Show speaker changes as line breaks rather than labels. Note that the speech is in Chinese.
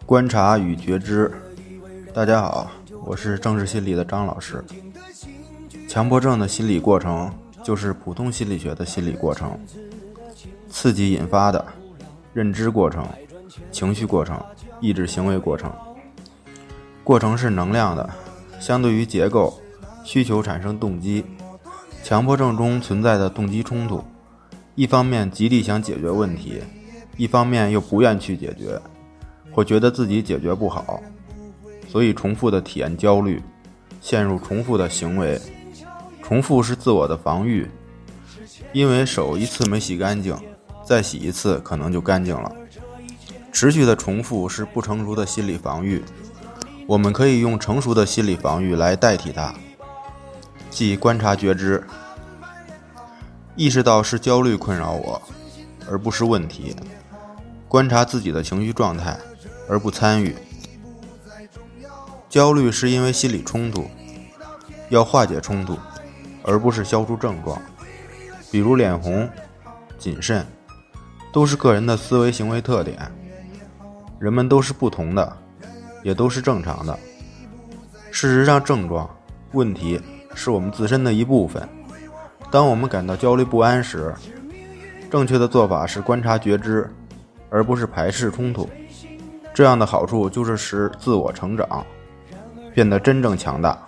观察与觉知。大家好，我是正视心理的张老师。强迫症的心理过程就是普通心理学的心理过程，刺激引发的认知过程、情绪过程、意志行为过程。过程是能量的，相对于结构，需求产生动机。强迫症中存在的动机冲突，一方面极力想解决问题，一方面又不愿去解决，或觉得自己解决不好，所以重复的体验焦虑，陷入重复的行为。重复是自我的防御，因为手一次没洗干净，再洗一次可能就干净了。持续的重复是不成熟的心理防御，我们可以用成熟的心理防御来代替它，即观察觉知，意识到是焦虑困扰我，而不是问题，观察自己的情绪状态，而不参与。焦虑是因为心理冲突，要化解冲突，而不是消除症状，比如脸红、谨慎，都是个人的思维行为特点，人们都是不同的，也都是正常的。事实上，症状、问题是我们自身的一部分。当我们感到焦虑不安时，正确的做法是观察觉知，而不是排斥冲突。这样的好处就是使自我成长，变得真正强大。